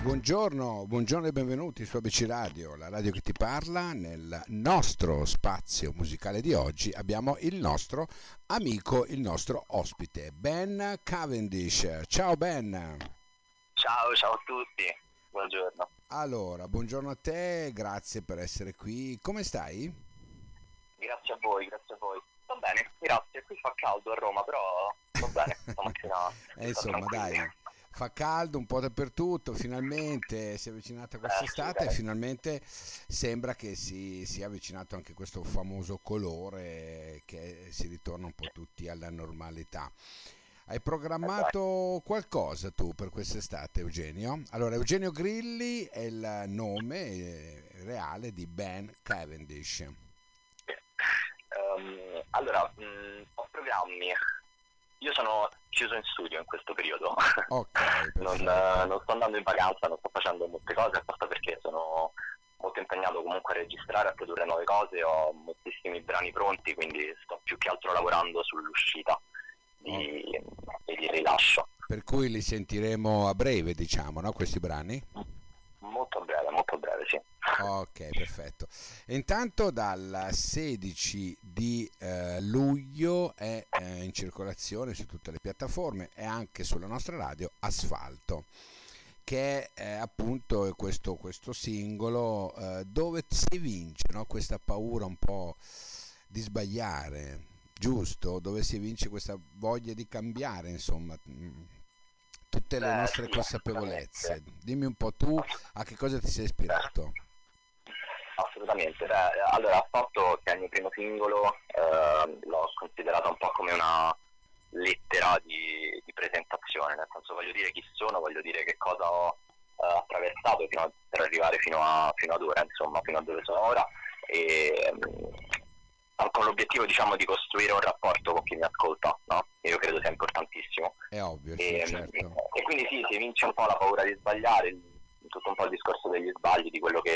Buongiorno e benvenuti su ABC Radio, la radio che ti parla. Nel nostro spazio musicale di oggi abbiamo il nostro amico, il nostro ospite, Ben Cavendish. Ciao Ben! Ciao a tutti, buongiorno. Allora, buongiorno a te, grazie per essere qui. Come stai? Grazie a voi, grazie a voi. Va bene, grazie. Qui fa caldo a Roma, però va bene, stamattina si sta Insomma, tranquilli. dai, fa caldo un po' dappertutto, finalmente si è avvicinata quest'estate e Assolutamente. finalmente sembra che si sia avvicinato anche questo famoso colore che si ritorna un po' tutti alla normalità. Hai Dai. programmato qualcosa tu per quest'estate, Eugenio? Allora, Eugenio Grilli è il nome reale di Ben Cavendish. Allora, ho programmi. Io sono chiuso in studio in questo periodo. Ok, perfetto. Non sto andando in vacanza, non sto facendo molte cose, apposta perché sono molto impegnato comunque a registrare, a produrre nuove cose, ho moltissimi brani pronti, quindi sto più che altro lavorando sull'uscita Oh, di, e di rilascio. per cui li sentiremo a breve, diciamo, no? Questi brani? Molto breve, sì. Ok, perfetto. E intanto dal 16 di luglio è in circolazione su tutte le piattaforme e anche sulla nostra radio Asfalto, che è appunto questo singolo dove si vince, no? Questa paura un po' di sbagliare, giusto? Dove si vince questa voglia di cambiare, insomma, tutte le Beh, nostre sì, assolutamente. consapevolezze. Dimmi un po' tu Ass- a che cosa ti sei beh, ispirato. assolutamente. Beh, allora, il fatto che è il mio primo singolo l'ho considerato un po' come una lettera di presentazione, nel senso voglio dire chi sono, voglio dire che cosa ho attraversato per arrivare fino ad ora, insomma, fino a dove sono ora, e con l'obiettivo, diciamo, di costruire un rapporto con chi mi ascolta, no? Io credo sia importantissimo. È ovvio, sì, certo. E quindi sì, si vince un po' la paura di sbagliare, tutto un po' il discorso degli sbagli, di quello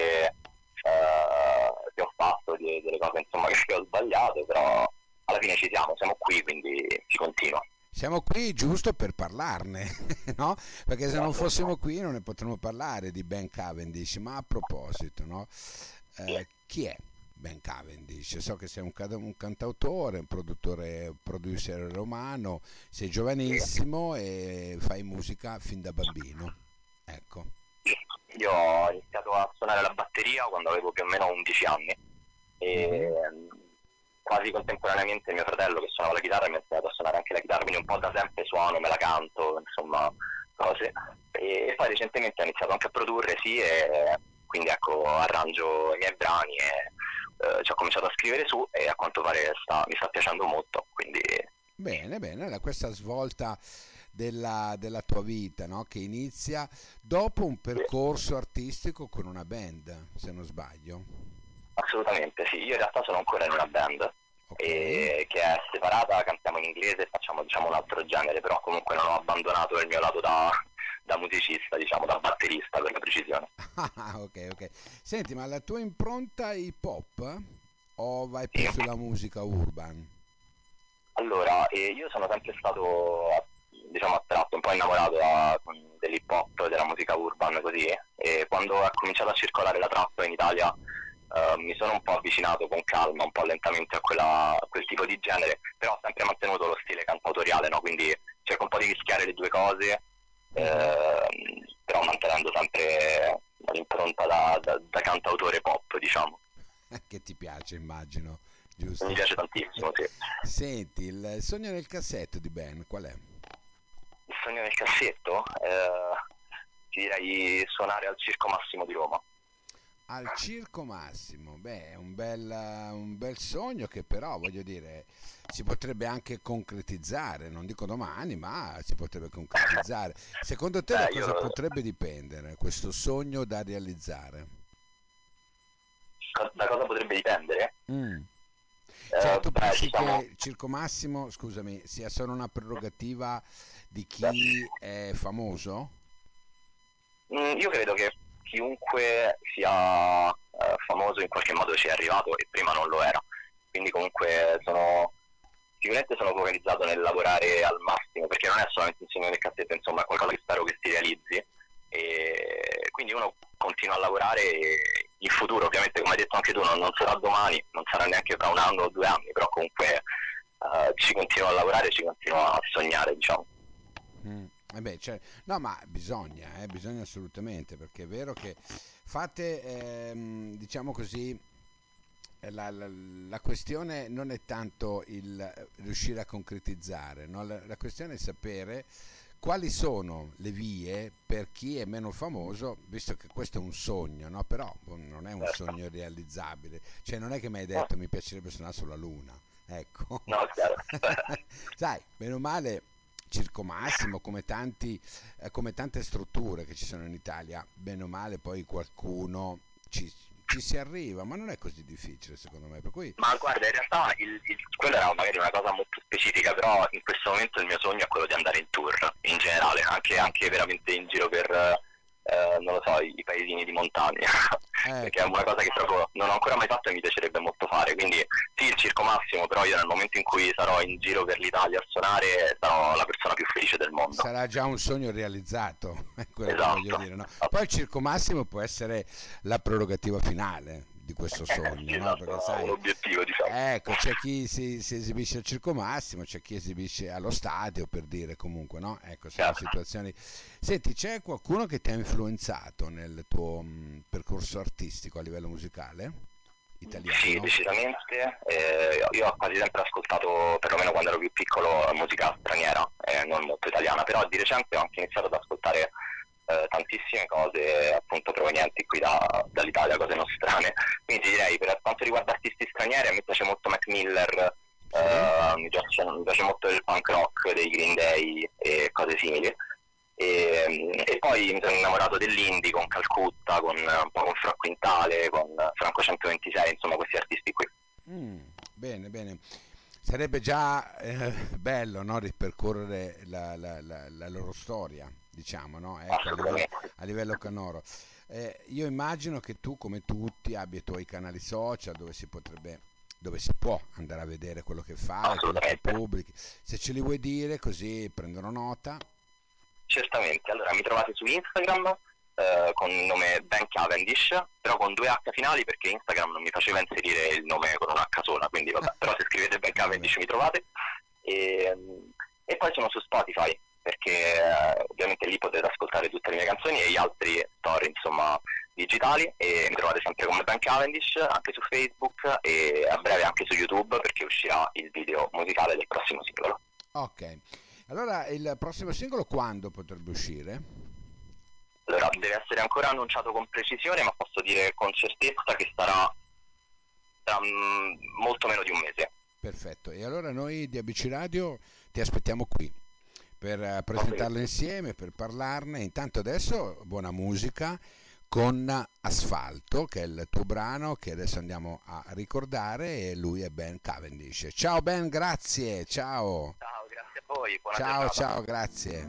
che ho fatto, delle cose insomma che ho sbagliato, però alla fine ci siamo qui, quindi si continua. Siamo qui giusto per parlarne, no? Perché se non Esatto. fossimo qui non ne potremmo parlare di Ben Cavendish. Ma a proposito, no? Sì. Chi è Ben Cavendish? So che sei un cantautore, un produttore, producer romano, sei Sì. giovanissimo e fai musica fin da bambino. Ecco. Io ho iniziato a suonare la batteria quando avevo più o meno 11 anni e Mhm. quasi contemporaneamente mio fratello che suonava la chitarra mi ha insegnato a suonare anche la chitarra, quindi un po' da sempre suono, me la canto, insomma, cose. E poi recentemente ho iniziato anche a produrre, sì, e quindi ecco, arrangio i miei brani e ci ho cominciato a scrivere su e a quanto pare mi sta piacendo molto, quindi Bene, bene, allora, questa svolta della tua vita, no? Che inizia dopo un sì. percorso artistico con una band, se non sbaglio. Assolutamente sì, io in realtà sono ancora in una band Ok? che è separata, cantiamo in inglese e facciamo diciamo un altro genere, però comunque non ho abbandonato il mio lato da musicista, diciamo da batterista per la precisione. Ah, ok, ok. Senti, ma la tua impronta hip hop o vai più Sì. sulla musica urban? Allora, io sono sempre stato diciamo attratto, un po' innamorato dell'hip hop, della musica urban così, e quando è cominciato a circolare la trap in Italia mi sono un po' avvicinato con calma, un po' lentamente a quel tipo di genere, però ho sempre mantenuto lo stile cantautoriale, no? Quindi cerco un po' di mischiare le due cose, Mhm. però mantenendo sempre l'impronta da cantautore pop, diciamo. Che ti piace, immagino, Mi giusto? piace tantissimo, sì. Senti, il sogno nel cassetto di Ben, qual è? Il sogno nel cassetto? Ti direi suonare al Circo Massimo di Roma. Al Circo Massimo, beh, è un bel sogno che però, voglio dire, si potrebbe anche concretizzare, non dico domani, ma si potrebbe concretizzare. Secondo te da Beh, cosa potrebbe dipendere questo sogno da realizzare? da cosa potrebbe dipendere? Mm. Cioè, tu Beh, pensi diciamo, che il Circo Massimo, scusami, sia solo una prerogativa di beh, chi è famoso? io credo che chiunque sia famoso in qualche modo ci è arrivato e prima non lo era. Quindi comunque sicuramente sono focalizzato nel lavorare al massimo, perché non è solamente un sogno nel cassetto, insomma, è qualcosa che spero che si realizzi. E continuo a lavorare e in futuro, ovviamente, come hai detto anche tu, non sarà domani, non sarà neanche tra un anno o 2 anni, però comunque ci continuo a lavorare, ci continuo a sognare, diciamo. Cioè, no, ma bisogna assolutamente, perché è vero che fate, diciamo così, la questione non è tanto il riuscire a concretizzare, no? La questione è sapere quali sono le vie per chi è meno famoso, visto che questo è un sogno, no? Però non è un sogno realizzabile, cioè non è che mi hai detto mi piacerebbe suonare sulla Luna, ecco. No, chiaro. Sai, meno male Circo Massimo, come tante strutture che ci sono in Italia, bene o male poi qualcuno ci si arriva, ma non è così difficile secondo me, per cui... Ma guarda, in realtà quella era magari una cosa molto specifica, però in questo momento il mio sogno è quello di andare in tour in generale, anche veramente in giro per non lo so, i paesini di montagna, perché è una cosa che proprio non ho ancora mai fatto e mi piacerebbe molto fare. Quindi sì, il Circo Massimo, però io nel momento in cui sarò in giro per l'Italia a suonare sarò la persona più felice del mondo. Sarà già un sogno realizzato, è quello esatto. Che voglio dire, no? Poi il Circo Massimo può essere la prerogativa finale di questo sogno, sì, no? Perché, sai, un obiettivo, diciamo. Ecco, c'è chi si esibisce al Circo Massimo, c'è chi esibisce allo stadio, per dire, comunque, no? Ecco, sono situazioni. Senti, c'è qualcuno che ti ha influenzato nel tuo percorso artistico a livello musicale? Italiano? Sì, decisamente. Io ho quasi sempre ascoltato, perlomeno quando ero più piccolo, musica straniera, non molto italiana, però di recente ho anche iniziato ad ascoltare tantissime cose appunto provenienti qui dall'Italia, cose nostrane. Quindi ti direi, per quanto riguarda artisti stranieri, a me piace molto Mac Miller, mi piace molto il punk rock dei Green Day e cose simili. E poi mi sono innamorato dell'indie con Calcutta, un po' con Fra Quintale, con Franco 126, insomma questi artisti qui. Bene. Sarebbe già bello, no, ripercorrere la loro storia, diciamo, no? Ecco, a livello canoro. Io immagino che tu, come tutti, abbia i tuoi canali social dove si può andare a vedere quello che fai, quello che pubblichi. Se ce li vuoi dire, così prendono nota. Certamente, allora mi trovate su Instagram con il nome Ben Cavendish, però con 2 H finali, perché Instagram non mi faceva inserire il nome con un H sola, quindi vabbè, però se scrivete Ben Cavendish mi trovate. E poi sono su Spotify, perché ovviamente lì potete ascoltare tutte le mie canzoni e gli altri store, insomma, digitali, e mi trovate sempre come Ben Cavendish, anche su Facebook e a breve anche su YouTube, perché uscirà il video musicale del prossimo singolo. Ok. Allora, il prossimo singolo quando potrebbe uscire? Allora, deve essere ancora annunciato con precisione, ma posso dire con certezza che sarà tra molto meno di un mese. Perfetto, e allora noi di ABC Radio ti aspettiamo qui per presentarlo insieme, per parlarne. Intanto adesso buona musica con Asfalto, che è il tuo brano che adesso andiamo a ricordare, e lui è Ben Cavendish. Ciao Ben, grazie, ciao. Ciao, grazie a voi, buona giornata. Ciao, grazie.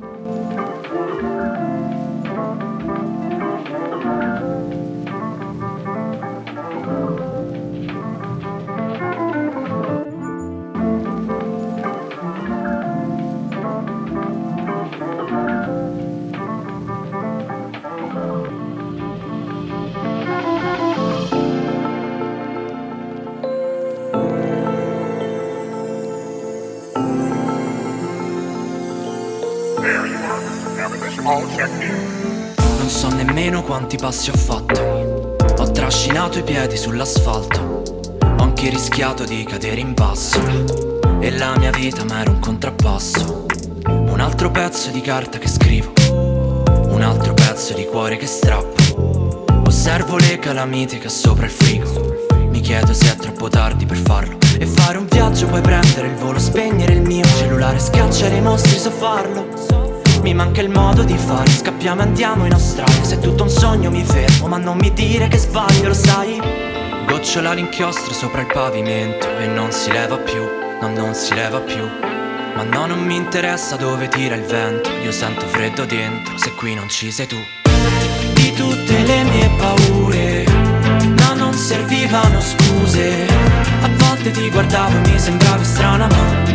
Non so nemmeno quanti passi ho fatto. Ho trascinato i piedi sull'asfalto. Ho anche rischiato di cadere in basso. E la mia vita m'era un contrappasso. Un altro pezzo di carta che scrivo. Un altro pezzo di cuore che strappo. Osservo le calamite che ho sopra il frigo. Mi chiedo se è troppo tardi per farlo. E fare un viaggio, poi prendere il volo, spegnere il mio cellulare, schiacciare i mostri, so farlo. Mi manca il modo di fare, scappiamo e andiamo in Australia. Se è tutto un sogno mi fermo, ma non mi dire che sbaglio, lo sai. Gocciola l'inchiostro sopra il pavimento e non si leva più, no, non si leva più. Ma no, non mi interessa dove tira il vento, io sento freddo dentro se qui non ci sei tu. Di tutte le mie paure, no, non servivano scuse. A volte ti guardavo e mi sembravi strana,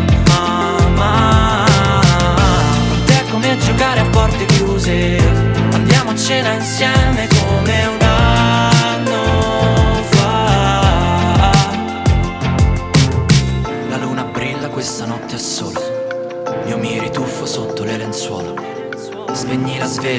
ma come giocare a porte chiuse. Andiamo a cena insieme come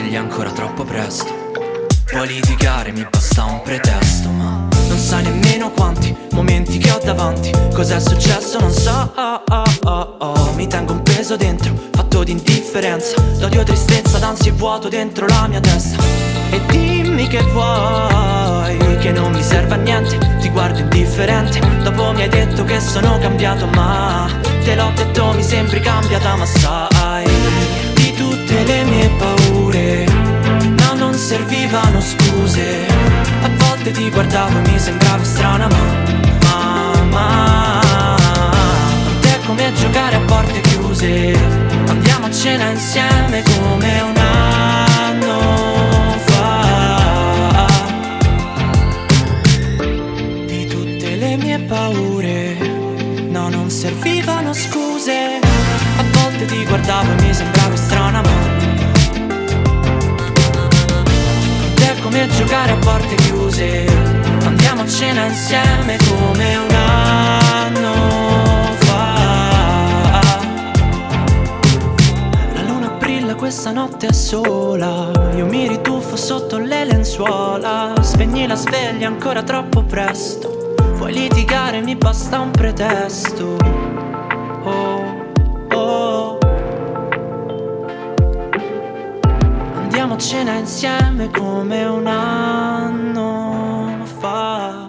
svegli è ancora troppo presto. Puoi litigare, mi basta un pretesto, ma non sai nemmeno quanti momenti che ho davanti. Cos'è successo non so, mi tengo un peso dentro, fatto di indifferenza, d'odio, tristezza, d'ansia e vuoto dentro la mia testa. E dimmi che vuoi, che non mi serve a niente, ti guardo indifferente. Dopo mi hai detto che sono cambiato, ma te l'ho detto, mi sembri cambiata. Ma sai, di tutte le mie paure, no, non servivano scuse. A volte ti guardavo e mi sembravi strana, ma con te è come giocare a porte chiuse. Andiamo a cena insieme come un anno fa. Di tutte le mie paure, no, non servivano scuse. A volte ti guardavo e mi sembravi strana, ma come giocare a porte chiuse. Andiamo a cena insieme come un anno fa. La luna brilla questa notte è sola, io mi rituffo sotto le lenzuola. Spegni la sveglia, ancora troppo presto. Puoi litigare, mi basta un pretesto. Andiamo a cena insieme come un anno fa.